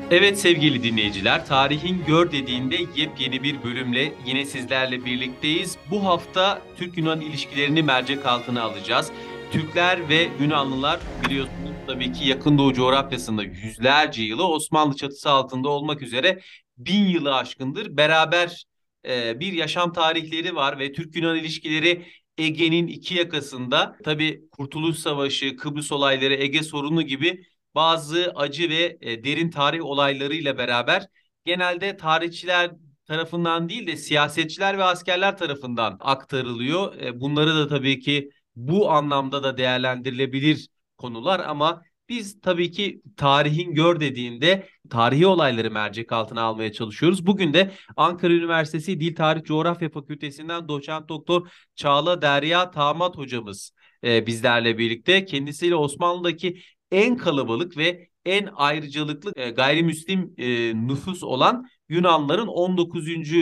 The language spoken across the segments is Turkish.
Evet sevgili dinleyiciler, Tarihin Gör dediğinde yepyeni bir bölümle yine sizlerle birlikteyiz. Bu hafta Türk-Yunan ilişkilerini mercek altına alacağız. Türkler ve Yunanlılar biliyorsunuz tabii ki Yakın Doğu coğrafyasında yüzlerce yılı Osmanlı çatısı altında olmak üzere 1000 yılı aşkındır beraber bir yaşam tarihleri var ve Türk-Yunan ilişkileri Ege'nin iki yakasında tabii Kurtuluş Savaşı, Kıbrıs olayları, Ege sorunu gibi bazı acı ve derin tarih olaylarıyla beraber genelde tarihçiler tarafından değil de siyasetçiler ve askerler tarafından aktarılıyor. Bunları da tabii ki bu anlamda da değerlendirilebilir konular ama biz tabii ki tarihin gör dediğinde tarihi olayları mercek altına almaya çalışıyoruz. Bugün de Ankara Üniversitesi Dil Tarih Coğrafya Fakültesinden doçent doktor Çağla Derya Tamat hocamız bizlerle birlikte. Kendisiyle Osmanlı'daki en kalabalık ve en ayrıcalıklı gayrimüslim nüfus olan Yunanların 19.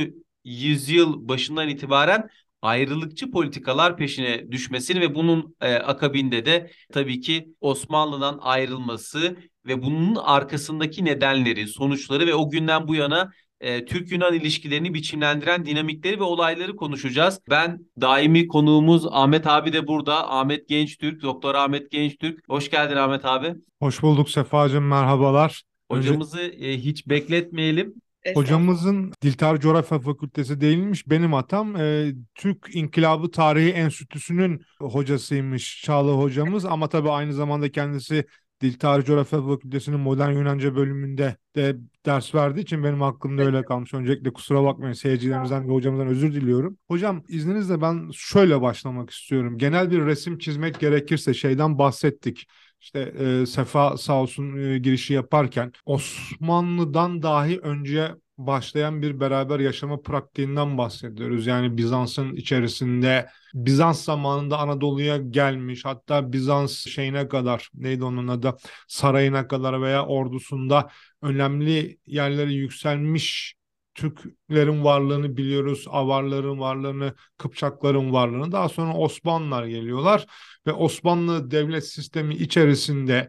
yüzyıl başından itibaren ayrılıkçı politikalar peşine düşmesini ve bunun akabinde de tabii ki Osmanlı'dan ayrılması ve bunun arkasındaki nedenleri, sonuçları ve o günden bu yana Türk-Yunan ilişkilerini biçimlendiren dinamikleri ve olayları konuşacağız. Ben daimi konuğumuz Ahmet abi de burada. Ahmet Gençtürk, Doktor Ahmet Gençtürk. Hoş geldin Ahmet abi. Hoş bulduk Sefacığım, merhabalar. Önce Hocamızı hiç bekletmeyelim. Estağfurullah. hocamızın Dil Tarih Coğrafya Fakültesi değilmiş, benim hatam. Türk İnkılabı Tarihi Enstitüsü'nün hocasıymış Çağla hocamız ama tabii aynı zamanda kendisi Dil Tarih Coğrafya Fakültesi'nin Modern Yunanca bölümünde de ders verdiği için benim aklımda öyle kalmış. Öncelikle kusura bakmayın, seyircilerimizden ve hocamızdan özür diliyorum. Hocam izninizle ben şöyle başlamak istiyorum. Genel bir resim çizmek gerekirse şeyden bahsettik. İşte Sefa sağ olsun girişi yaparken Osmanlı'dan dahi önce başlayan bir beraber yaşama pratiğinden bahsediyoruz. Yani Bizans'ın içerisinde Bizans zamanında Anadolu'ya gelmiş, hatta Bizans şeyine kadar, neydi onun adı, sarayına kadar veya ordusunda önemli yerlere yükselmiş Türklerin varlığını biliyoruz. Avarların varlığını, Kıpçakların varlığını. Daha sonra Osmanlılar geliyorlar ve Osmanlı devlet sistemi içerisinde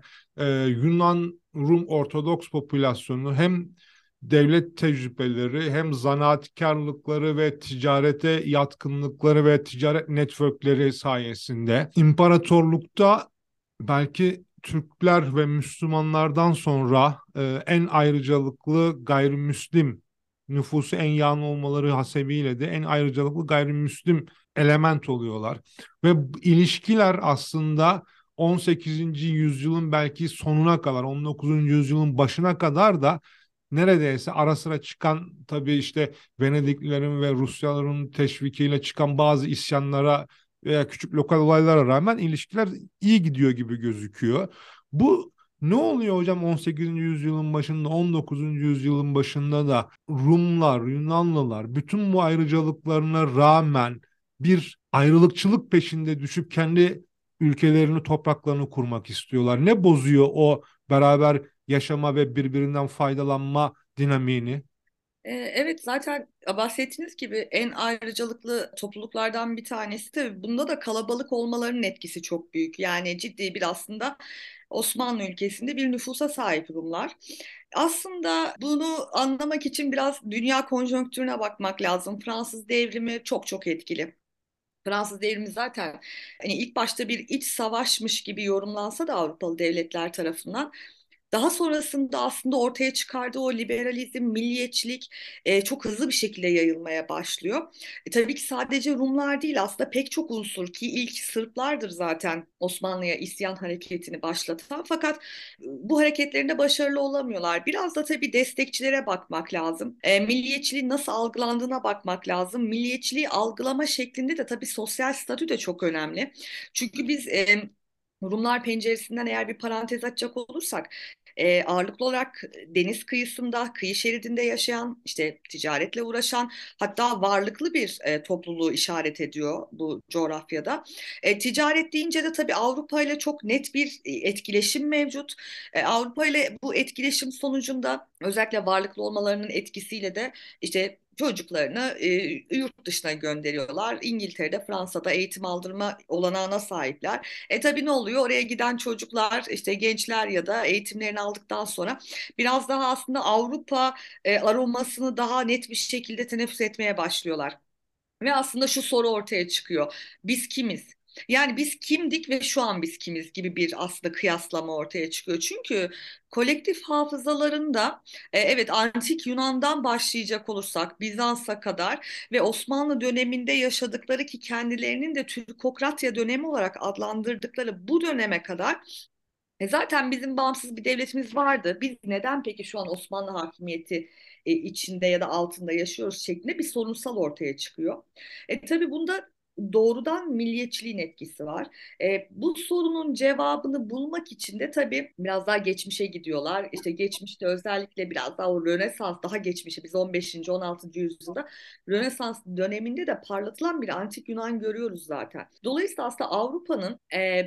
Yunan Rum Ortodoks popülasyonu hem devlet tecrübeleri hem zanaatkarlıkları ve ticarete yatkınlıkları ve ticaret networkleri sayesinde imparatorlukta belki Türkler ve Müslümanlardan sonra en ayrıcalıklı gayrimüslim nüfusu en yağın olmaları hasebiyle de en ayrıcalıklı gayrimüslim element oluyorlar. Ve ilişkiler aslında 18. yüzyılın belki sonuna kadar, 19. yüzyılın başına kadar da neredeyse ara sıra çıkan, tabii işte Venediklilerin ve Rusyaların teşvikiyle çıkan bazı isyanlara veya küçük lokal olaylara rağmen ilişkiler iyi gidiyor gibi gözüküyor. Bu ne oluyor hocam 18. yüzyılın başında, 19. yüzyılın başında da Rumlar, Yunanlılar bütün bu ayrıcalıklarına rağmen bir ayrılıkçılık peşinde düşüp kendi ülkelerini, topraklarını kurmak istiyorlar. Ne bozuyor o beraber yaşama ve birbirinden faydalanma dinamiğini? Evet, zaten bahsettiğiniz gibi en ayrıcalıklı topluluklardan bir tanesi, tabii bunda da kalabalık olmalarının etkisi çok büyük. Yani ciddi bir aslında Osmanlı ülkesinde bir nüfusa sahip Rumlar. Aslında bunu anlamak için biraz dünya konjonktürüne bakmak lazım. Fransız devrimi çok çok etkili. Fransız devrimi zaten hani ilk başta bir iç savaşmış gibi yorumlansa da Avrupalı devletler tarafından daha sonrasında aslında ortaya çıkardığı o liberalizm, milliyetçilik çok hızlı bir şekilde yayılmaya başlıyor. Tabii ki sadece Rumlar değil, aslında pek çok unsur, ki ilk Sırplardır zaten Osmanlı'ya isyan hareketini başlatan, fakat bu hareketlerinde başarılı olamıyorlar. Biraz da tabii destekçilere bakmak lazım. Milliyetçiliğin nasıl algılandığına bakmak lazım. Milliyetçiliği algılama şeklinde de tabii sosyal statü de çok önemli. Çünkü biz Rumlar penceresinden eğer bir parantez açacak olursak, ağırlıklı olarak deniz kıyısında, kıyı şeridinde yaşayan, işte ticaretle uğraşan, hatta varlıklı bir topluluğu işaret ediyor bu coğrafyada. Ticaret deyince de tabii Avrupa ile çok net bir etkileşim mevcut. Avrupa ile bu etkileşim sonucunda özellikle varlıklı olmalarının etkisiyle de işte çocuklarını yurt dışına gönderiyorlar. İngiltere'de, Fransa'da eğitim aldırma olanağına sahipler. Tabii ne oluyor? Oraya giden çocuklar, işte gençler ya da eğitimlerini aldıktan sonra biraz daha aslında Avrupa aromasını daha net bir şekilde teneffüs etmeye başlıyorlar. Ve aslında şu soru ortaya çıkıyor. Biz kimiz? Yani biz kimdik ve şu an biz kimiz gibi bir aslında kıyaslama ortaya çıkıyor. Çünkü kolektif hafızalarında evet, antik Yunan'dan başlayacak olursak Bizans'a kadar ve Osmanlı döneminde yaşadıkları, ki kendilerinin de Türkokratya dönemi olarak adlandırdıkları bu döneme kadar zaten bizim bağımsız bir devletimiz vardı. Biz neden peki şu an Osmanlı hakimiyeti içinde ya da altında yaşıyoruz şeklinde bir sorunsal ortaya çıkıyor. Tabii bunda doğrudan milliyetçiliğin etkisi var. Bu sorunun cevabını bulmak için de tabii biraz daha geçmişe gidiyorlar. İşte geçmişte özellikle biraz daha o Rönesans, daha geçmişe, biz 15. 16. yüzyılda Rönesans döneminde de parlatılan bir antik Yunan görüyoruz zaten. Dolayısıyla aslında Avrupa'nın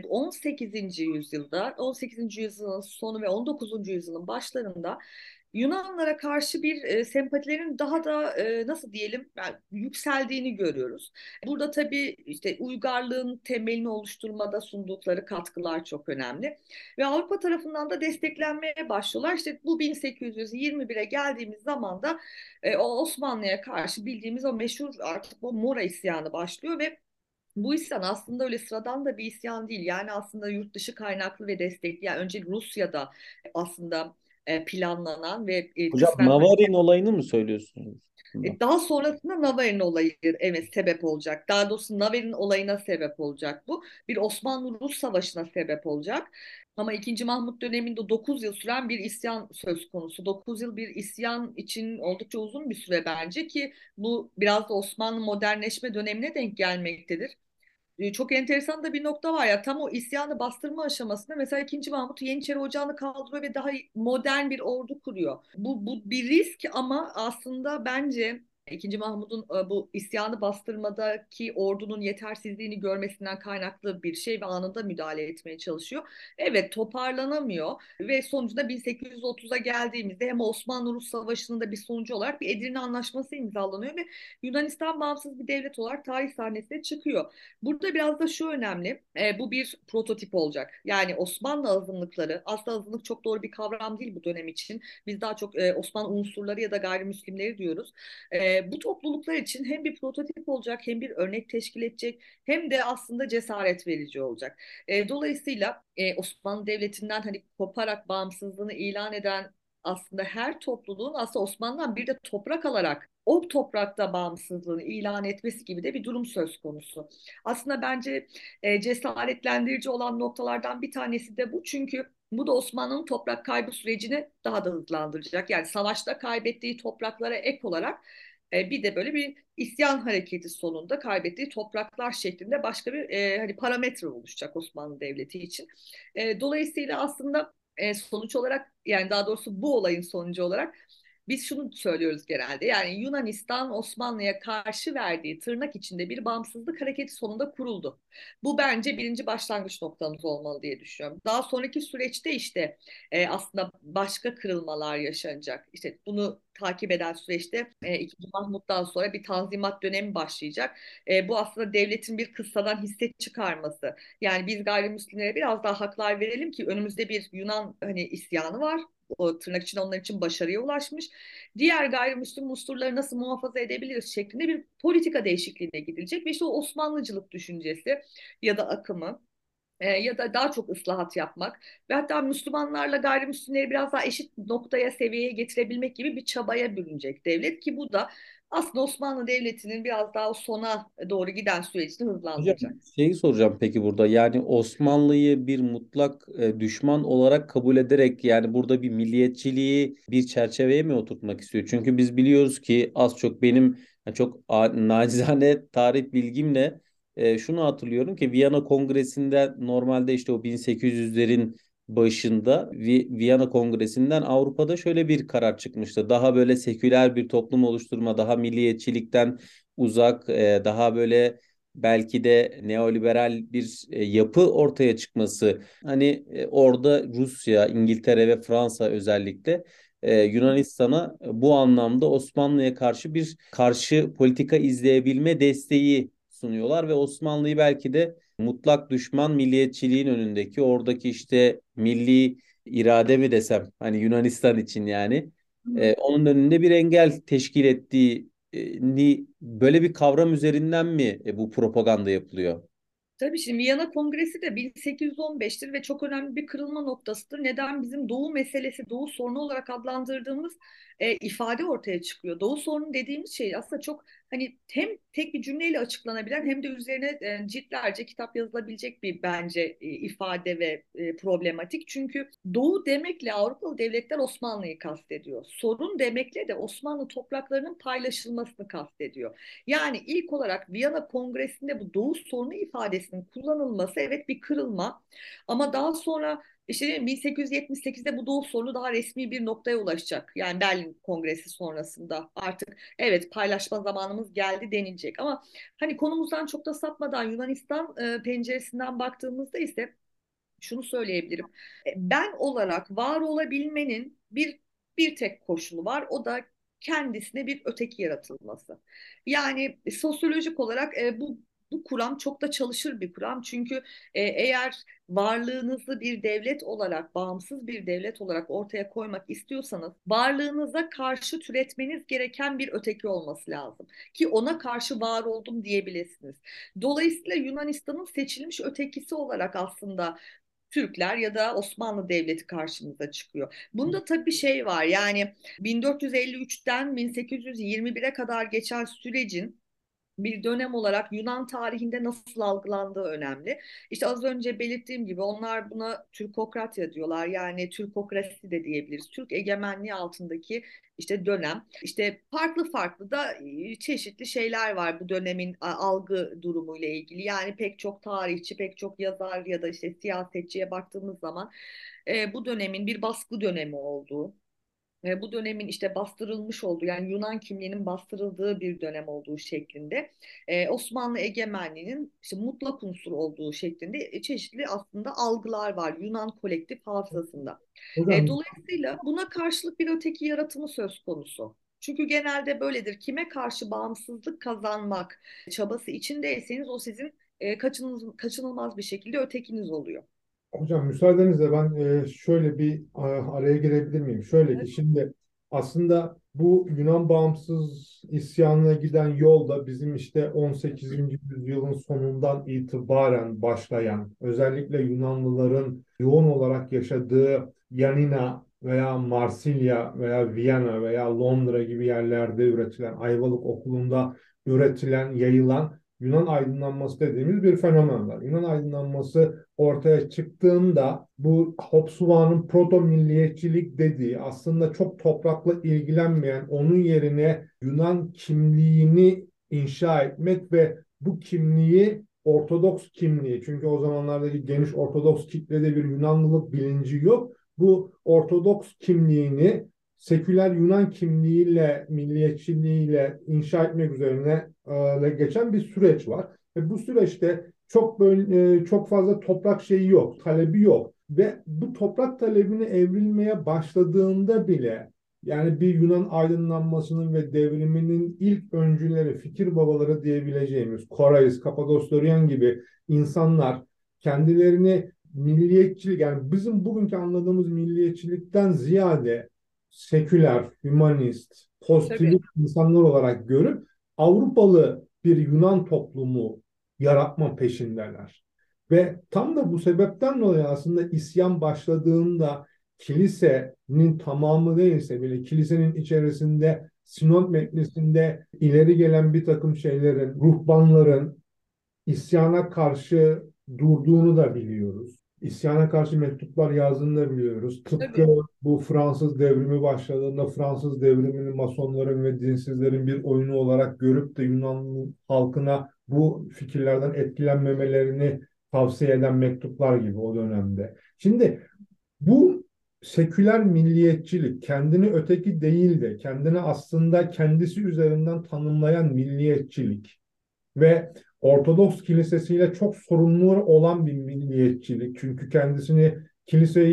18. yüzyılda, 18. yüzyılın sonu ve 19. yüzyılın başlarında Yunanlara karşı bir sempatilerin daha da nasıl diyelim, yani yükseldiğini görüyoruz. Burada tabii işte uygarlığın temelini oluşturmada sundukları katkılar çok önemli. Ve Avrupa tarafından da desteklenmeye başlıyorlar. İşte bu 1821'e geldiğimiz zaman da o Osmanlı'ya karşı bildiğimiz o meşhur artık o Mora isyanı başlıyor ve bu isyan aslında öyle sıradan da bir isyan değil. Yani aslında yurt dışı kaynaklı ve destekli. Yani önce Rusya'da aslında planlanan ve Hocam kısmen Navarin olayını mı söylüyorsunuz? daha sonrasında Navarin olayı, evet, sebep olacak. Daha doğrusu Navarin olayına sebep olacak bu. Bir Osmanlı-Rus savaşına sebep olacak. Ama II. Mahmut döneminde 9 yıl süren bir isyan söz konusu. 9 yıl bir isyan için oldukça uzun bir süre bence, ki bu biraz da Osmanlı modernleşme dönemine denk gelmektedir. Çok enteresan da bir nokta var ya, tam o isyanı bastırma aşamasında mesela II. Mahmut Yeniçeri Ocağı'nı kaldırıyor ve daha modern bir ordu kuruyor. Bu bir risk ama aslında bence II. Mahmut'un bu isyanı bastırmadaki ordunun yetersizliğini görmesinden kaynaklı bir şey ve anında müdahale etmeye çalışıyor. Evet, toparlanamıyor ve sonucunda 1830'a geldiğimizde hem Osmanlı-Rus Savaşı'nın da bir sonucu olarak bir Edirne Anlaşması imzalanıyor ve Yunanistan bağımsız bir devlet olarak tarih sahnesine çıkıyor. Burada biraz da şu önemli, bu bir prototip olacak. Yani Osmanlı azınlıkları, aslında azınlık çok doğru bir kavram değil bu dönem için. Biz daha çok Osmanlı unsurları ya da gayrimüslimleri diyoruz. Bu topluluklar için hem bir prototip olacak, hem bir örnek teşkil edecek, hem de aslında cesaret verici olacak. Dolayısıyla Osmanlı Devleti'nden hani koparak bağımsızlığını ilan eden aslında her topluluğun aslında Osmanlı'dan bir de toprak alarak o toprakta bağımsızlığını ilan etmesi gibi de bir durum söz konusu. Aslında bence cesaretlendirici olan noktalardan bir tanesi de bu. Çünkü bu da Osmanlı'nın toprak kaybı sürecini daha da hızlandıracak. Yani savaşta kaybettiği topraklara ek olarak bir de böyle bir isyan hareketi sonunda kaybettiği topraklar şeklinde başka bir hani parametre oluşacak Osmanlı Devleti için. Dolayısıyla aslında sonuç olarak, yani daha doğrusu bu olayın sonucu olarak biz şunu söylüyoruz genelde. Yani Yunanistan Osmanlı'ya karşı verdiği tırnak içinde bir bağımsızlık hareketi sonunda kuruldu. Bu bence birinci başlangıç noktamız olmalı diye düşünüyorum. Daha sonraki süreçte işte aslında başka kırılmalar yaşanacak. İşte bunu takip eden süreçte II. Mahmut'tan sonra bir tanzimat dönemi başlayacak. Bu aslında devletin bir kıssadan hisse çıkarması. Yani biz gayrimüslimlere biraz daha haklar verelim ki önümüzde bir Yunan hani isyanı var. O tırnak için onlar için başarıya ulaşmış. Diğer gayrimüslim unsurları nasıl muhafaza edebiliriz şeklinde bir politika değişikliğine gidilecek ve işte o Osmanlıcılık düşüncesi ya da akımı ya da daha çok ıslahat yapmak ve hatta Müslümanlarla gayrimüslimleri biraz daha eşit noktaya, seviyeye getirebilmek gibi bir çabaya bürünecek devlet, ki bu da aslında Osmanlı Devleti'nin biraz daha sona doğru giden sürecini Hocam hızlandıracak. şeyi soracağım peki burada, yani Osmanlı'yı bir mutlak düşman olarak kabul ederek yani burada bir milliyetçiliği bir çerçeveye mi oturtmak istiyor? Çünkü biz biliyoruz ki az çok benim çok nacizane tarih bilgimle şunu hatırlıyorum ki Viyana Kongresi'nde normalde işte o 1800'lerin başında Viyana Kongresi'nden Avrupa'da şöyle bir karar çıkmıştı. Daha böyle seküler bir toplum oluşturma, daha milliyetçilikten uzak, daha böyle belki de neoliberal bir yapı ortaya çıkması. Hani orada Rusya, İngiltere ve Fransa özellikle Yunanistan'a bu anlamda Osmanlı'ya karşı bir karşı politika izleyebilme desteği sunuyorlar ve Osmanlı'yı belki de mutlak düşman milliyetçiliğin önündeki oradaki işte milli irade mi desem hani Yunanistan için yani Hı hı. onun önünde bir engel teşkil ettiği böyle bir kavram üzerinden mi bu propaganda yapılıyor? Tabii şimdi Viyana Kongresi de 1815'tir ve çok önemli bir kırılma noktasıdır. Neden bizim Doğu meselesi, Doğu sorunu olarak adlandırdığımız ifade ortaya çıkıyor. Doğu sorunu dediğimiz şey aslında çok hani hem tek bir cümleyle açıklanabilen hem de üzerine ciltlerce kitap yazılabilecek bir bence ifade ve problematik. Çünkü Doğu demekle Avrupalı devletler Osmanlı'yı kastediyor. Sorun demekle de Osmanlı topraklarının paylaşılmasını kastediyor. Yani ilk olarak Viyana Kongresi'nde bu Doğu sorunu ifadesinin kullanılması evet bir kırılma ama daha sonra işte 1878'de bu Doğu sorunu daha resmi bir noktaya ulaşacak. Yani Berlin Kongresi sonrasında artık evet paylaşma zamanımız geldi denilecek. Ama hani konumuzdan çok da sapmadan Yunanistan penceresinden baktığımızda ise şunu söyleyebilirim. Ben olarak var olabilmenin bir tek koşulu var. O da kendisine bir öteki yaratılması. Yani sosyolojik olarak bu kuram çok da çalışır bir kuram. Çünkü eğer varlığınızı bir devlet olarak, bağımsız bir devlet olarak ortaya koymak istiyorsanız, varlığınıza karşı türetmeniz gereken bir öteki olması lazım. Ki ona karşı var oldum diyebilirsiniz. Dolayısıyla Yunanistan'ın seçilmiş ötekisi olarak aslında Türkler ya da Osmanlı Devleti karşımıza çıkıyor. Bunda tabii bir şey var. Yani 1453'ten 1821'e kadar geçen sürecin bir dönem olarak Yunan tarihinde nasıl algılandığı önemli. İşte az önce belirttiğim gibi onlar buna Türkokratya diyorlar. Yani Türkokrasi de diyebiliriz. Türk egemenliği altındaki işte dönem. İşte farklı farklı da çeşitli şeyler var bu dönemin algı durumuyla ilgili. Yani pek çok tarihçi, pek çok yazar ya da işte siyasetçiye baktığımız zaman bu dönemin bir baskı dönemi olduğu, bu dönemin işte bastırılmış olduğu yani Yunan kimliğinin bastırıldığı bir dönem olduğu şeklinde Osmanlı egemenliğinin işte mutlak unsur olduğu şeklinde çeşitli aslında algılar var Yunan kolektif hafızasında. Hocam Dolayısıyla buna karşılık bir öteki yaratımı söz konusu. Çünkü genelde böyledir. Kime karşı bağımsızlık kazanmak çabası içindeyseniz o sizin kaçınılmaz bir şekilde ötekiniz oluyor. Hocam müsaadenizle ben şöyle bir araya girebilir miyim? Şöyle ki şimdi aslında bu Yunan bağımsız isyanına giden yolda bizim işte 18. yüzyılın sonundan itibaren başlayan özellikle Yunanlıların yoğun olarak yaşadığı Yanina veya Marsilya veya Viyana veya Londra gibi yerlerde üretilen Ayvalık Okulu'nda üretilen, yayılan Yunan aydınlanması dediğimiz bir fenomen var. Yunan aydınlanması ortaya çıktığında bu Hobsbawm'ın proto milliyetçilik dediği aslında çok toprakla ilgilenmeyen onun yerine Yunan kimliğini inşa etmek ve bu kimliği Ortodoks kimliği çünkü o zamanlardaki geniş Ortodoks kitlede bir Yunanlılık bilinci yok. Bu Ortodoks kimliğini seküler Yunan kimliğiyle, milliyetçiliğiyle inşa etmek üzerine geçen bir süreç var. Ve bu süreçte çok böyle çok fazla toprak şeyi yok, talebi yok ve bu toprak talebini evrilmeye başladığında bile yani bir Yunan aydınlanmasının ve devriminin ilk öncüleri, fikir babaları diyebileceğimiz Korais, Kapadoslaryan gibi insanlar kendilerini milliyetçilik yani bizim bugünkü anladığımız milliyetçilikten ziyade seküler, hümanist, Tabii. pozitivist insanlar olarak görüp Avrupalı bir Yunan toplumu yaratma peşindeler. Ve tam da bu sebepten dolayı aslında isyan başladığında kilisenin tamamı değilse bile kilisenin içerisinde Sinod metnisinde ileri gelen bir takım şeylerin, ruhbanların isyana karşı durduğunu da biliyoruz. İsyana karşı mektuplar yazdığını da biliyoruz. Tıpkı Tabii. bu Fransız devrimi başladığında Fransız devrimini masonların ve dinsizlerin bir oyunu olarak görüp de Yunan halkına bu fikirlerden etkilenmemelerini tavsiye eden mektuplar gibi o dönemde. Şimdi bu seküler milliyetçilik kendini öteki değil de kendini aslında kendisi üzerinden tanımlayan milliyetçilik ve Ortodoks kilisesiyle çok sorunlu olan bir milliyetçilik. Çünkü kendisini kiliseyi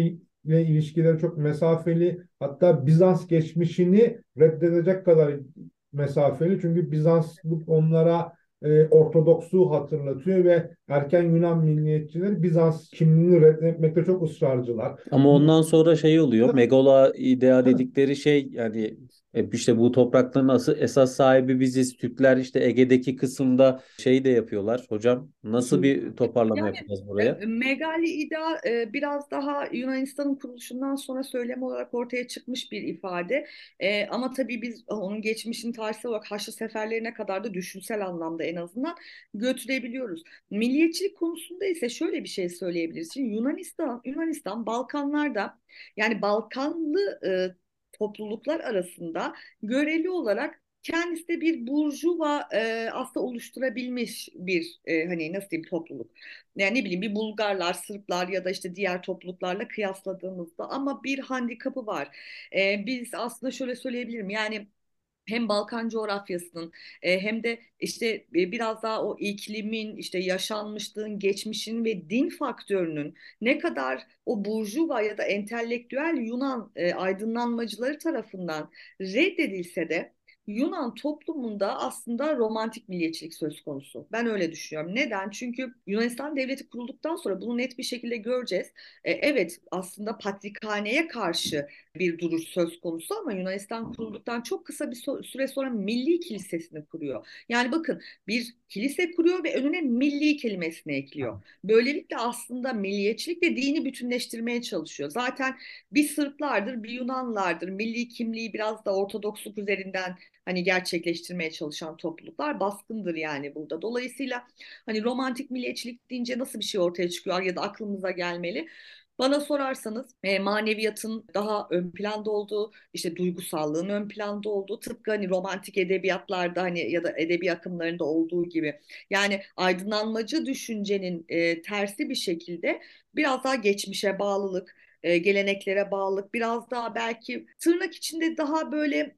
ile ilişkileri çok mesafeli. Hatta Bizans geçmişini reddedecek kadar mesafeli. Çünkü Bizanslık onlara Ortodoksluğu hatırlatıyor ve erken Yunan milliyetçileri Bizans kimliğini reddetmekte çok ısrarcılar. Ama ondan sonra şey oluyor. Megola idea dedikleri şey yani işte bu toprakların esas sahibi biziz. Türkler işte Ege'deki kısımda şey de yapıyorlar. Hocam nasıl bir toparlama Yani yapacağız buraya? Megali İda biraz daha Yunanistan'ın kuruluşundan sonra söylem olarak ortaya çıkmış bir ifade. Ama tabii biz onun geçmişini tarihsel olarak Haçlı seferlerine kadar da düşünsel anlamda en azından götürebiliyoruz. Milliyetçilik konusunda ise şöyle bir şey söyleyebiliriz. Şimdi Yunanistan Balkanlarda, yani Balkanlı topluluklar arasında göreli olarak kendisi de bir burjuva aslında oluşturabilmiş bir hani nasıl diyeyim topluluk. Yani ne bileyim bir Bulgarlar, Sırplar ya da işte diğer topluluklarla kıyasladığımızda, ama bir handikapı var. Biz aslında şöyle söyleyebilirim, yani hem Balkan coğrafyasının hem de işte biraz daha o iklimin, işte yaşanmışlığın, geçmişin ve din faktörünün ne kadar o burjuva ya da entelektüel Yunan aydınlanmacıları tarafından reddedilse de Yunan toplumunda aslında romantik milliyetçilik söz konusu. Ben öyle düşünüyorum. Neden? Çünkü Yunanistan devleti kurulduktan sonra bunu net bir şekilde göreceğiz. Evet, aslında patrikhaneye karşı bir duruş söz konusu, ama Yunanistan kurulduktan çok kısa bir süre sonra milli kilisesini kuruyor. Yani bakın, bir kilise kuruyor ve önüne milli kelimesini ekliyor. Böylelikle aslında milliyetçilikle dini bütünleştirmeye çalışıyor. Zaten bir Sırplardır, bir Yunanlardır. Milli kimliği biraz da Ortodoksluk üzerinden hani gerçekleştirmeye çalışan topluluklar baskındır yani burada. Dolayısıyla hani romantik milliyetçilik deyince nasıl bir şey ortaya çıkıyor ya da aklımıza gelmeli? Bana sorarsanız maneviyatın daha ön planda olduğu, işte duygusallığın ön planda olduğu, tıpkı hani romantik edebiyatlarda hani ya da edebi akımlarında olduğu gibi. Yani aydınlanmacı düşüncenin tersi bir şekilde biraz daha geçmişe bağlılık, geleneklere bağlılık, biraz daha belki tırnak içinde daha böyle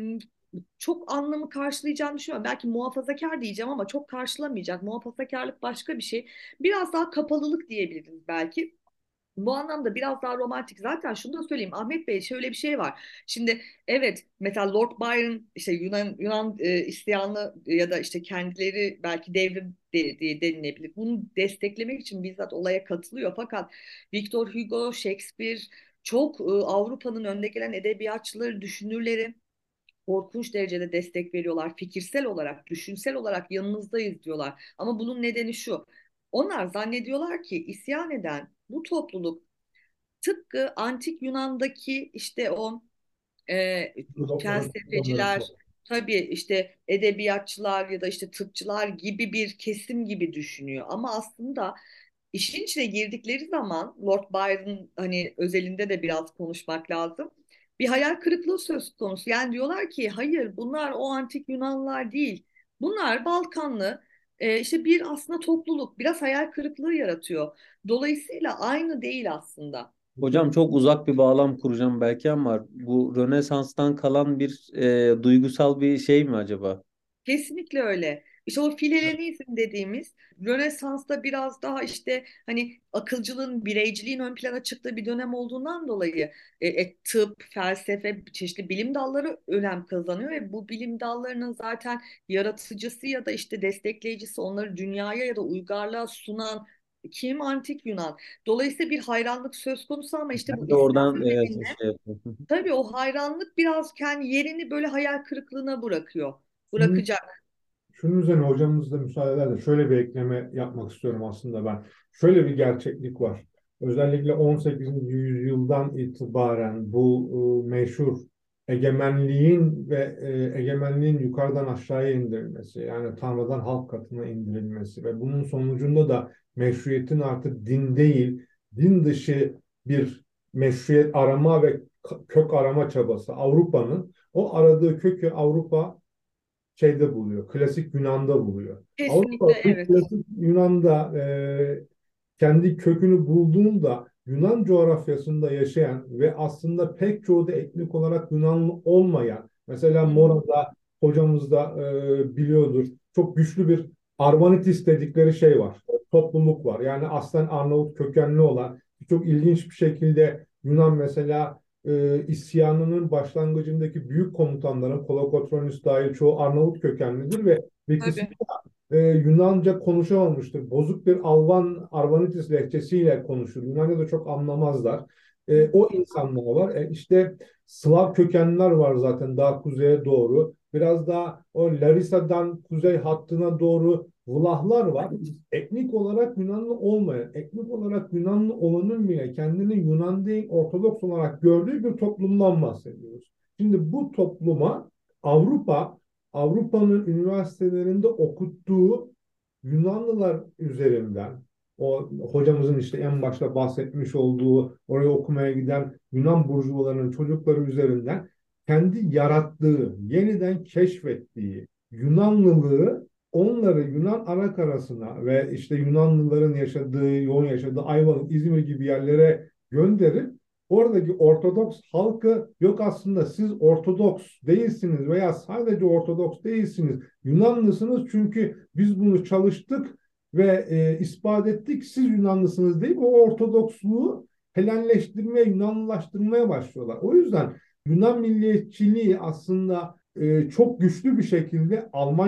çok anlamı karşılayacağını düşünüyorum. Belki muhafazakar diyeceğim ama çok karşılamayacak. Muhafazakarlık başka bir şey. Biraz daha kapalılık diyebiliriz belki. Bu anlamda biraz daha romantik. Zaten şunu da söyleyeyim Ahmet Bey, şöyle bir şey var. Şimdi evet, mesela Lord Byron işte Yunan isyanı ya da işte kendileri belki devrim diye denilebilir. Bunu desteklemek için bizzat olaya katılıyor. Fakat Victor Hugo, Shakespeare, çok Avrupa'nın önde gelen edebiyatçıları, düşünürleri korkunç derecede destek veriyorlar. Fikirsel olarak, düşünsel olarak yanınızdayız diyorlar. Ama bunun nedeni şu. Onlar zannediyorlar ki isyan eden bu topluluk tıpkı antik Yunan'daki işte o felsefeciler, tabii işte edebiyatçılar ya da işte tıpçılar gibi bir kesim gibi düşünüyor. Ama aslında işin içine girdikleri zaman Lord Byron hani özelinde de biraz konuşmak lazım. Bir hayal kırıklığı söz konusu. Yani diyorlar ki hayır, bunlar o antik Yunanlılar değil. Bunlar Balkanlı işte bir aslında topluluk. Biraz hayal kırıklığı yaratıyor. Dolayısıyla aynı değil aslında. Hocam çok uzak bir bağlam kuracağım belki ama bu Rönesans'tan kalan bir duygusal bir şey mi acaba? Kesinlikle öyle. İşte o Filelenizm dediğimiz Rönesans'ta biraz daha işte hani akılcılığın, bireyciliğin ön plana çıktığı bir dönem olduğundan dolayı tıp, felsefe, çeşitli bilim dalları önem kazanıyor ve bu bilim dallarının zaten yaratıcısı ya da işte destekleyicisi, onları dünyaya ya da uygarlığa sunan kim? Antik Yunan. Dolayısıyla bir hayranlık söz konusu, ama işte bu Ben de İslam oradan evet, döneminde şey yapıyorum. tabii o hayranlık biraz kendi yerini böyle hayal kırıklığına bırakıyor. Şunun, Bırakacak. şunun üzerine hocamız da müsaade eder de şöyle bir ekleme yapmak istiyorum aslında ben. Şöyle bir gerçeklik var. Özellikle 18. yüzyıldan itibaren bu meşhur egemenliğin ve egemenliğin yukarıdan aşağıya indirilmesi, yani Tanrı'dan halk katına indirilmesi ve bunun sonucunda da meşruiyetin artık din değil, din dışı bir meşruiyet arama ve kök arama çabası. Avrupa'nın o aradığı kökü Avrupa şeyde buluyor. Klasik Yunan'da buluyor. Kesinlikle Avrupa bu evet. klasik Yunan'da kendi kökünü bulduğunda Yunan coğrafyasında yaşayan ve aslında pek çoğu da etnik olarak Yunanlı olmayan, mesela Hı hı. Mora'da hocamız da biliyordur, çok güçlü bir Arvanitis dedikleri şey var. Topluluk var. Yani aslen Arnavut kökenli olan çok ilginç bir şekilde Yunan mesela isyanının başlangıcındaki büyük komutanların Kolokotronis dahil çoğu Arnavut kökenlidir ve kısmı Tabii. Yunanca konuşamamıştır. Bozuk bir Arvanitis lehçesiyle konuşur. Yunanca da çok anlamazlar. O insanlar var. İşte Slav kökenler var zaten daha kuzeye doğru. Biraz daha o Larissa'dan kuzey hattına doğru Vlahlar var. Etnik olarak Yunanlı olmayan, etnik olarak Yunanlı olanın bile kendini Yunan değil Ortodoks olarak gördüğü bir toplumdan bahsediyoruz. Şimdi bu topluma Avrupa'nın üniversitelerinde okuttuğu Yunanlılar üzerinden o hocamızın işte en başta bahsetmiş olduğu oraya okumaya giden Yunan burjuvalarının çocukları üzerinden kendi yarattığı, yeniden keşfettiği Yunanlılığı onları Yunan Anakarası'na ve işte Yunanlıların yoğun yaşadığı Ayvalık, İzmir gibi yerlere gönderip oradaki Ortodoks halkı yok aslında siz Ortodoks değilsiniz veya sadece Ortodoks değilsiniz. Yunanlısınız çünkü biz bunu çalıştık ve ispat ettik. Siz Yunanlısınız deyip o Ortodoksluğu Helenleştirmeye, Yunanlılaştırmaya başlıyorlar. O yüzden Yunan milliyetçiliği aslında çok güçlü bir şekilde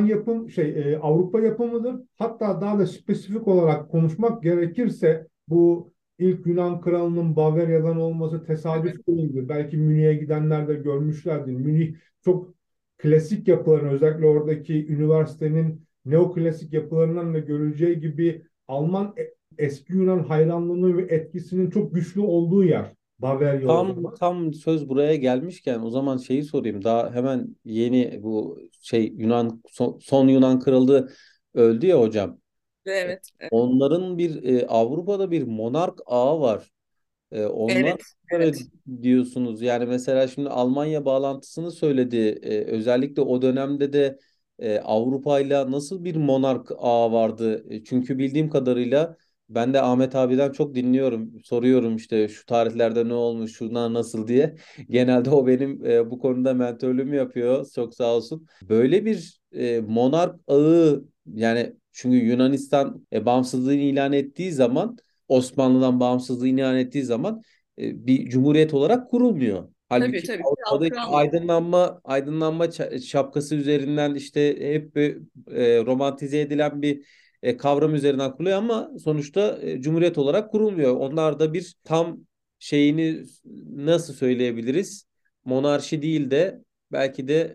Avrupa yapımıdır. Hatta daha da spesifik olarak konuşmak gerekirse bu İlk Yunan kralının Bavarya'dan olması Evet. tesadüf değildir. Belki Münih'e gidenler de görmüşlerdir. Münih çok klasik yapıların özellikle oradaki üniversitenin neoklasik yapılarından da görüleceği gibi eski Yunan hayranlığının ve etkisinin çok güçlü olduğu yer Bavarya o zaman. Tam söz buraya gelmişken o zaman şeyi sorayım. Daha hemen yeni bu Yunan son Yunan kralı öldü ya hocam. Evet. Evet. Onların Avrupa'da bir monark ağı var. Onlar Evet. ne Evet. diyorsunuz? Yani mesela şimdi Almanya bağlantısını söyledi. Özellikle o dönemde de Avrupa'yla nasıl bir monark ağı vardı? Çünkü bildiğim kadarıyla ben de Ahmet abiden çok dinliyorum. Soruyorum işte şu tarihlerde ne olmuş, şunlar nasıl diye. Genelde o benim bu konuda mentörlüğümü yapıyor. Çok sağ olsun. Böyle bir monark ağı yani çünkü Yunanistan bağımsızlığını ilan ettiği zaman Osmanlı'dan bağımsızlığı ilan ettiği zaman bir cumhuriyet olarak kurulmuyor. Tabii Halbuki tabii. Kral Avrupa'da kral. aydınlanma şapkası üzerinden işte hep bir romantize edilen bir kavram üzerinden kuruluyor ama sonuçta cumhuriyet olarak kurulmuyor. Onlar da bir tam şeyini nasıl söyleyebiliriz? Monarşi değil de belki de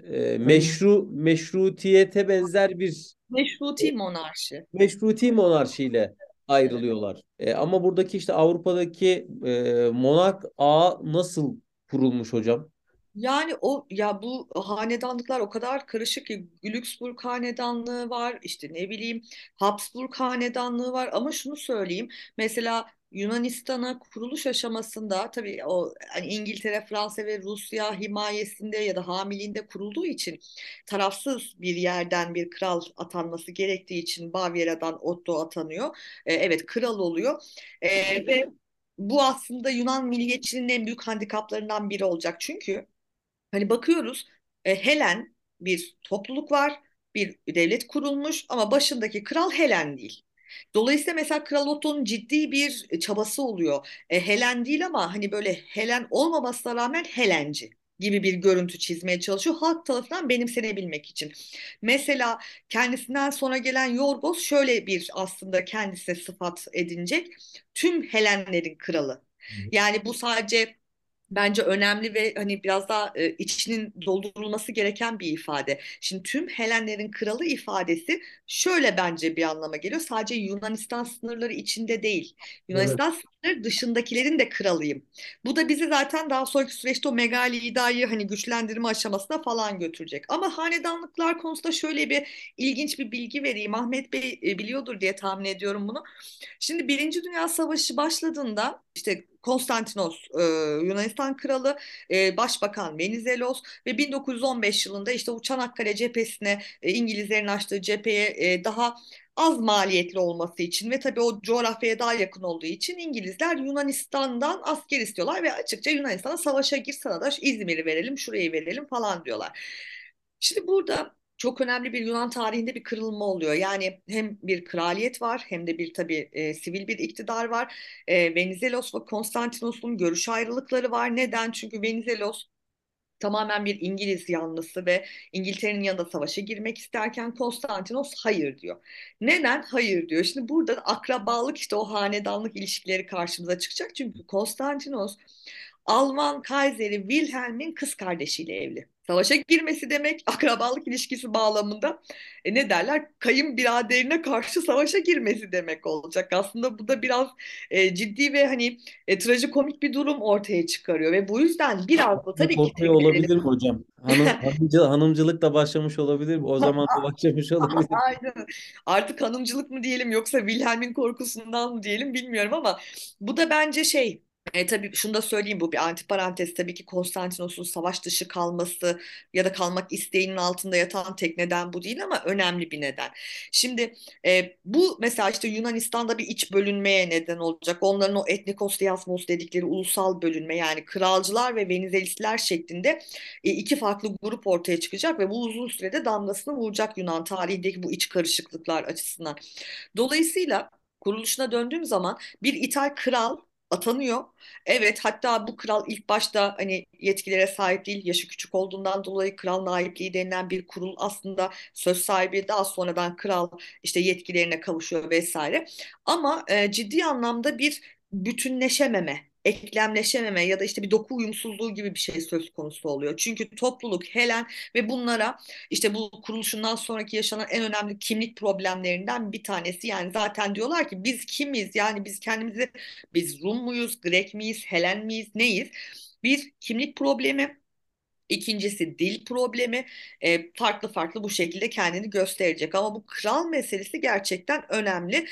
meşrutiyete benzer bir Meşruti monarşi. meşruti monarşiyle ayrılıyorlar. Ama buradaki işte Avrupa'daki monark ağı nasıl kurulmuş hocam? Yani bu hanedanlıklar o kadar karışık ki Glücksburg hanedanlığı var, işte ne bileyim Habsburg hanedanlığı var ama şunu söyleyeyim. Mesela Yunanistan'a kuruluş aşamasında tabii o hani İngiltere, Fransa ve Rusya himayesinde ya da hamiliğinde kurulduğu için tarafsız bir yerden bir kral atanması gerektiği için Bavyera'dan Otto atanıyor. Evet, kral oluyor. Ve bu aslında Yunan milliyetçiliğinin en büyük handikaplarından biri olacak. Çünkü hani bakıyoruz, Helen bir topluluk var, bir devlet kurulmuş ama başındaki kral Helen değil. Dolayısıyla mesela Kral Otto'nun ciddi bir çabası oluyor. Helen değil ama hani böyle Helen olmamasına rağmen Helenci gibi bir görüntü çizmeye çalışıyor halk tarafından benimsenebilmek için. Mesela kendisinden sonra gelen Yorgos şöyle bir aslında kendisine sıfat edinecek. Tüm Helenlerin kralı. Yani bu sadece bence önemli ve hani biraz daha içinin doldurulması gereken bir ifade. Şimdi tüm Helenlerin kralı ifadesi şöyle bence bir anlama geliyor. Sadece Yunanistan sınırları içinde değil. Evet. Yunanistan sınırları dışındakilerin de kralıyım. Bu da bizi zaten daha sonraki süreçte o Megali İda'yı hani güçlendirme aşamasına falan götürecek. Ama hanedanlıklar konusunda şöyle bir ilginç bir bilgi vereyim. Ahmet Bey biliyordur diye tahmin ediyorum bunu. Şimdi Birinci Dünya Savaşı başladığında işte Konstantinos Yunanistan kralı, Başbakan Venizelos ve 1915 yılında işte o Çanakkale cephesine İngilizlerin açtığı cepheye daha az maliyetli olması için ve tabii o coğrafyaya daha yakın olduğu için İngilizler Yunanistan'dan asker istiyorlar ve açıkça Yunanistan'a savaşa gir sana da İzmir'i verelim, şurayı verelim falan diyorlar. Şimdi burada çok önemli bir Yunan tarihinde bir kırılma oluyor. Yani hem bir kraliyet var hem de bir tabii sivil bir iktidar var. Venizelos ve Konstantinos'un görüş ayrılıkları var. Neden? Çünkü Venizelos tamamen bir İngiliz yanlısı ve İngiltere'nin yanında savaşa girmek isterken Konstantinos hayır diyor. Neden hayır diyor? Şimdi burada akrabalık, işte o hanedanlık ilişkileri karşımıza çıkacak. Çünkü Konstantinos Alman Kaiseri Wilhelm'in kız kardeşiyle evli. Savaşa girmesi demek akrabalık ilişkisi bağlamında ne derler? Kayınbiraderine karşı savaşa girmesi demek olacak. Aslında bu da biraz ciddi ve hani trajikomik bir durum ortaya çıkarıyor ve bu yüzden biraz da tabii ki Korkuyor olabilir mi hocam? Hanımcılık da başlamış olabilir mi? O zaman da başlamış olabilir mi? aynen. Artık hanımcılık mı diyelim yoksa Wilhelm'in korkusundan mı diyelim bilmiyorum ama bu da bence şey, tabii şunu da söyleyeyim, bu bir antiparantez, tabii ki Konstantinos'un savaş dışı kalması ya da kalmak isteğinin altında yatan tek neden bu değil ama önemli bir neden. Şimdi bu mesela işte Yunanistan'da bir iç bölünmeye neden olacak. Onların o etnikos diasmos dedikleri ulusal bölünme, yani kralcılar ve Venizelistler şeklinde iki farklı grup ortaya çıkacak ve bu uzun sürede damgasını vuracak Yunan tarihindeki bu iç karışıklıklar açısından. Dolayısıyla kuruluşuna döndüğüm zaman bir İtal kral atanıyor. Evet, hatta bu kral ilk başta hani yetkilere sahip değil, yaşı küçük olduğundan dolayı kral naipliği denilen bir kurul aslında söz sahibi, daha sonradan kral işte yetkilerine kavuşuyor vesaire. Ama ciddi anlamda bir bütünleşememe, eklemleşememe ya da işte bir doku uyumsuzluğu gibi bir şey söz konusu oluyor. Çünkü topluluk Helen ve bunlara işte bu kuruluşundan sonraki yaşanan en önemli kimlik problemlerinden bir tanesi. Yani zaten diyorlar ki biz kimiz? Yani biz kendimizi, biz Rum muyuz, Grek miyiz, Helen miyiz, neyiz? Bir kimlik problemi. İkincisi dil problemi. Farklı farklı bu şekilde kendini gösterecek. Ama bu kral meselesi gerçekten önemli.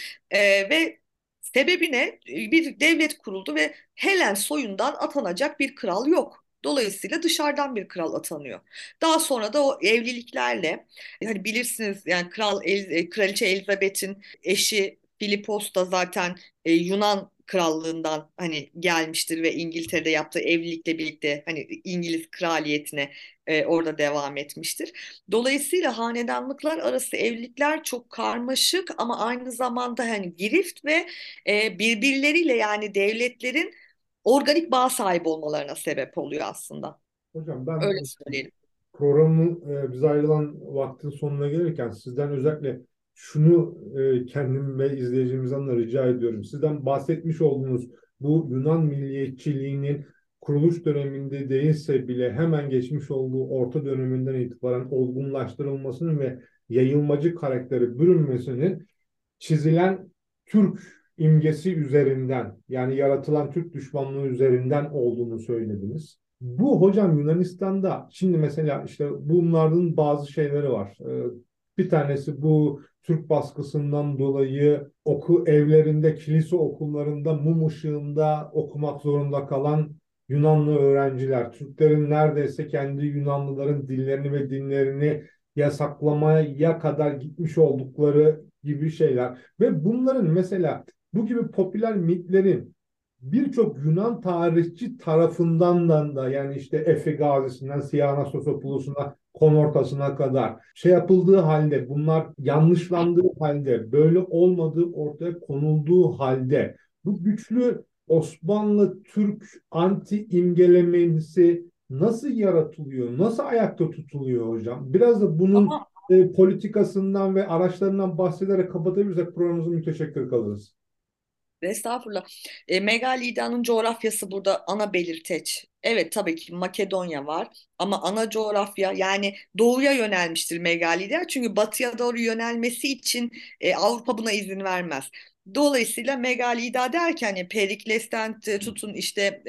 Ve sebebi ne? Bir devlet kuruldu ve Helen soyundan atanacak bir kral yok. Dolayısıyla dışarıdan bir kral atanıyor. Daha sonra da o evliliklerle, hani bilirsiniz yani Kraliçe Elizabeth'in eşi Filipos da zaten Yunan krallığından hani gelmiştir ve İngiltere'de yaptığı evlilikle birlikte hani İngiliz kraliyetine orada devam etmiştir. Dolayısıyla hanedanlıklar arası evlilikler çok karmaşık ama aynı zamanda hani girift ve birbirleriyle, yani devletlerin organik bağ sahibi olmalarına sebep oluyor aslında. Hocam Öyle ben söyleyelim. programın bize ayrılan vaktin sonuna gelirken sizden özellikle şunu kendim ve izleyicimizden de rica ediyorum. Sizden bahsetmiş olduğunuz bu Yunan milliyetçiliğinin kuruluş döneminde değilse bile hemen geçmiş olduğu orta döneminden itibaren olgunlaştırılmasının ve yayılmacı karakteri bürünmesinin çizilen Türk imgesi üzerinden, yani yaratılan Türk düşmanlığı üzerinden olduğunu söylediniz. Bu hocam Yunanistan'da şimdi mesela işte bunların bazı şeyleri var. Bir tanesi bu Türk baskısından dolayı evlerinde, kilise okullarında mum ışığında okumak zorunda kalan Yunanlı öğrenciler, Türklerin neredeyse kendi Yunanlıların dillerini ve dinlerini yasaklamaya kadar gitmiş oldukları gibi şeyler. Ve bunların mesela bu gibi popüler mitlerin birçok Yunan tarihçi tarafından da yani işte Efe Gazi'sinden Siyana Sosopulos'una Konortas'ına kadar şey yapıldığı halde, bunlar yanlışlandığı halde, böyle olmadığı ortaya konulduğu halde bu güçlü Osmanlı Türk anti imgelemesi nasıl yaratılıyor, nasıl ayakta tutuluyor hocam? Biraz da bunun Ama politikasından ve araçlarından bahsederek kapatabilirsek programımızı müteşekkir kalırız. estağfurullah. Megalida'nın coğrafyası burada ana belirteç. Evet, tabii ki Makedonya var ama ana coğrafya yani doğuya yönelmiştir Megalida. Çünkü batıya doğru yönelmesi için Avrupa buna izin vermez. Dolayısıyla Megalida derken Perikles'ten tutun işte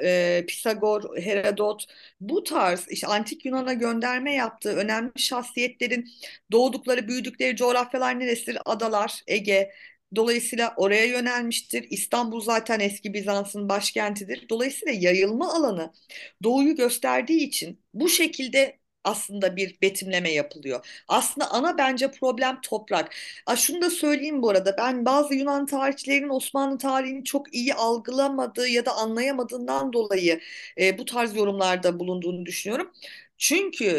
Pisagor, Herodot, bu tarz işte antik Yunan'a gönderme yaptığı önemli şahsiyetlerin doğdukları, büyüdükleri coğrafyalar neresidir? Adalar, Ege. Dolayısıyla oraya yönelmiştir. İstanbul zaten eski Bizans'ın başkentidir. Dolayısıyla yayılma alanı doğuyu gösterdiği için bu şekilde aslında bir betimleme yapılıyor. Aslında ana bence problem toprak. Şunu da söyleyeyim bu arada. Ben bazı Yunan tarihçilerin Osmanlı tarihini çok iyi algılamadığı ya da anlayamadığından dolayı bu tarz yorumlarda bulunduğunu düşünüyorum. Çünkü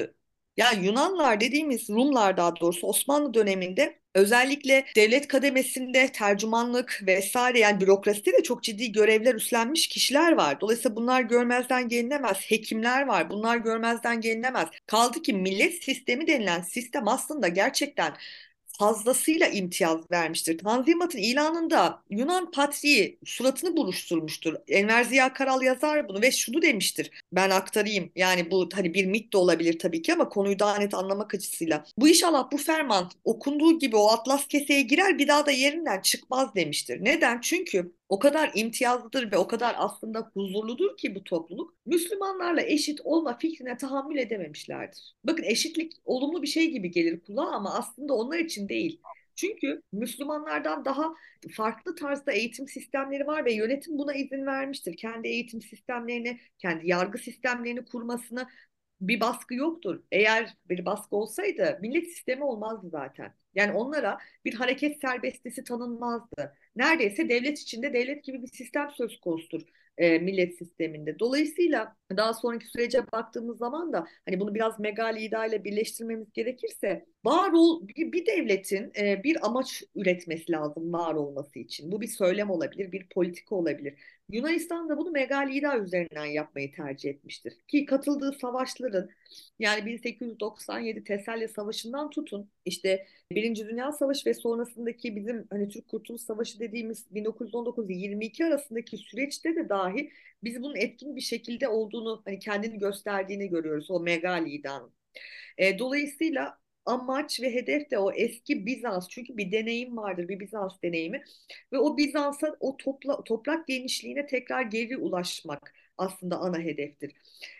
Yani Yunanlar dediğimiz Rumlar daha doğrusu Osmanlı döneminde özellikle devlet kademesinde tercümanlık vesaire yani bürokraside de çok ciddi görevler üstlenmiş kişiler var. Dolayısıyla bunlar görmezden gelinemez. Hekimler var. Bunlar görmezden gelinemez. Kaldı ki millet sistemi denilen sistem aslında gerçekten fazlasıyla imtiyaz vermiştir. Tanzimat'ın ilanında Yunan patriği suratını buruşturmuştur. Enver Ziya Karal yazar bunu ve şunu demiştir. Ben aktarayım. Yani bu hani bir mit de olabilir tabii ki ama konuyu daha net anlamak açısıyla. Bu inşallah bu ferman okunduğu gibi o atlas keseye girer bir daha da yerinden çıkmaz demiştir. Neden? Çünkü o kadar imtiyazlıdır ve o kadar aslında huzurludur ki bu topluluk Müslümanlarla eşit olma fikrine tahammül edememişlerdir. Bakın eşitlik olumlu bir şey gibi gelir kulağa ama aslında onlar için değil. Çünkü Müslümanlardan daha farklı tarzda eğitim sistemleri var ve yönetim buna izin vermiştir. Kendi eğitim sistemlerini, kendi yargı sistemlerini kurmasını bir baskı yoktur. Eğer bir baskı olsaydı millet sistemi olmazdı zaten. Yani onlara bir hareket serbestisi tanınmazdı. Neredeyse devlet içinde devlet gibi bir sistem söz konusudur millet sisteminde. Dolayısıyla daha sonraki sürece baktığımız zaman da hani bunu biraz megalida ile birleştirmemiz gerekirse bir devletin bir amaç üretmesi lazım var olması için. Bu bir söylem olabilir, bir politika olabilir. Yunanistan da bunu megalida üzerinden yapmayı tercih etmiştir. Ki katıldığı savaşların yani 1897 Teselya Savaşı'ndan tutun işte Birinci Dünya Savaşı ve sonrasındaki bizim hani Türk Kurtuluş Savaşı dediğimiz 1919-22 arasındaki süreçte de dahi biz bunun etkin bir şekilde olduğunu hani kendini gösterdiğini görüyoruz o megaliden. Dolayısıyla amaç ve hedef de o eski Bizans çünkü bir deneyim vardır bir Bizans deneyimi ve o Bizans'a o toprak genişliğine tekrar geri ulaşmak aslında ana hedeftir.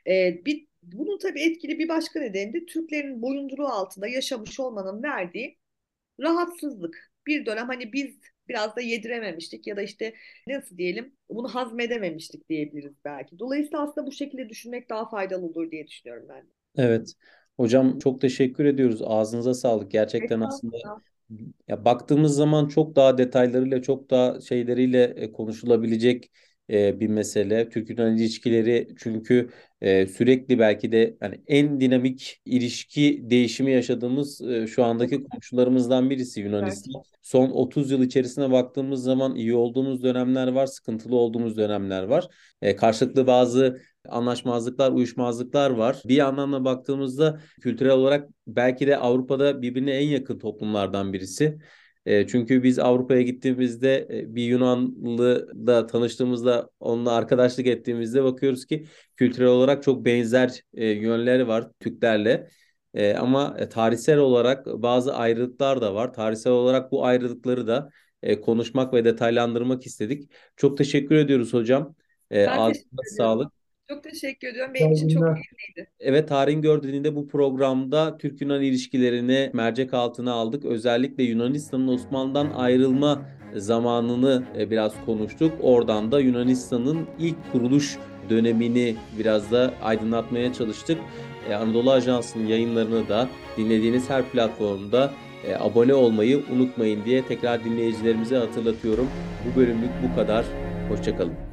Bunun tabii etkili bir başka nedeni de Türklerin boyunduruğu altında yaşamış olmanın verdiği rahatsızlık. Bir dönem hani biz biraz da yedirememiştik ya da işte nasıl diyelim bunu hazmedememiştik diyebiliriz belki. Dolayısıyla aslında bu şekilde düşünmek daha faydalı olur diye düşünüyorum ben. Evet. Hocam çok teşekkür ediyoruz. Ağzınıza sağlık. Gerçekten aslında Estağfurullah. ya baktığımız zaman çok daha detaylarıyla, çok daha şeyleriyle konuşulabilecek bir mesele. Türk-Yunan ilişkileri çünkü sürekli belki de yani en dinamik ilişki değişimi yaşadığımız şu andaki komşularımızdan birisi Yunanistan. Gerçekten. Son 30 yıl içerisine baktığımız zaman iyi olduğumuz dönemler var, sıkıntılı olduğumuz dönemler var. Karşılıklı bazı anlaşmazlıklar, uyuşmazlıklar var. Bir yandan da baktığımızda kültürel olarak belki de Avrupa'da birbirine en yakın toplumlardan birisi. Çünkü biz Avrupa'ya gittiğimizde bir Yunanlı'da tanıştığımızda onunla arkadaşlık ettiğimizde bakıyoruz ki kültürel olarak çok benzer yönleri var Türklerle. Ama tarihsel olarak bazı ayrılıklar da var. Tarihsel olarak bu ayrılıkları da konuşmak ve detaylandırmak istedik. Çok teşekkür ediyoruz hocam. Ben Ağzınıza teşekkür ediyorum. sağlık. Çok teşekkür ediyorum. Benim için çok keyifliydi. Evet, tarihin gördüğünde bu programda Türk-Yunan ilişkilerini mercek altına aldık. Özellikle Yunanistan'ın Osmanlı'dan ayrılma zamanını biraz konuştuk. Oradan da Yunanistan'ın ilk kuruluş dönemini biraz da aydınlatmaya çalıştık. Anadolu Ajansı'nın yayınlarını da dinlediğiniz her platformda abone olmayı unutmayın diye tekrar dinleyicilerimize hatırlatıyorum. Bu bölümlük bu kadar. Hoşça kalın.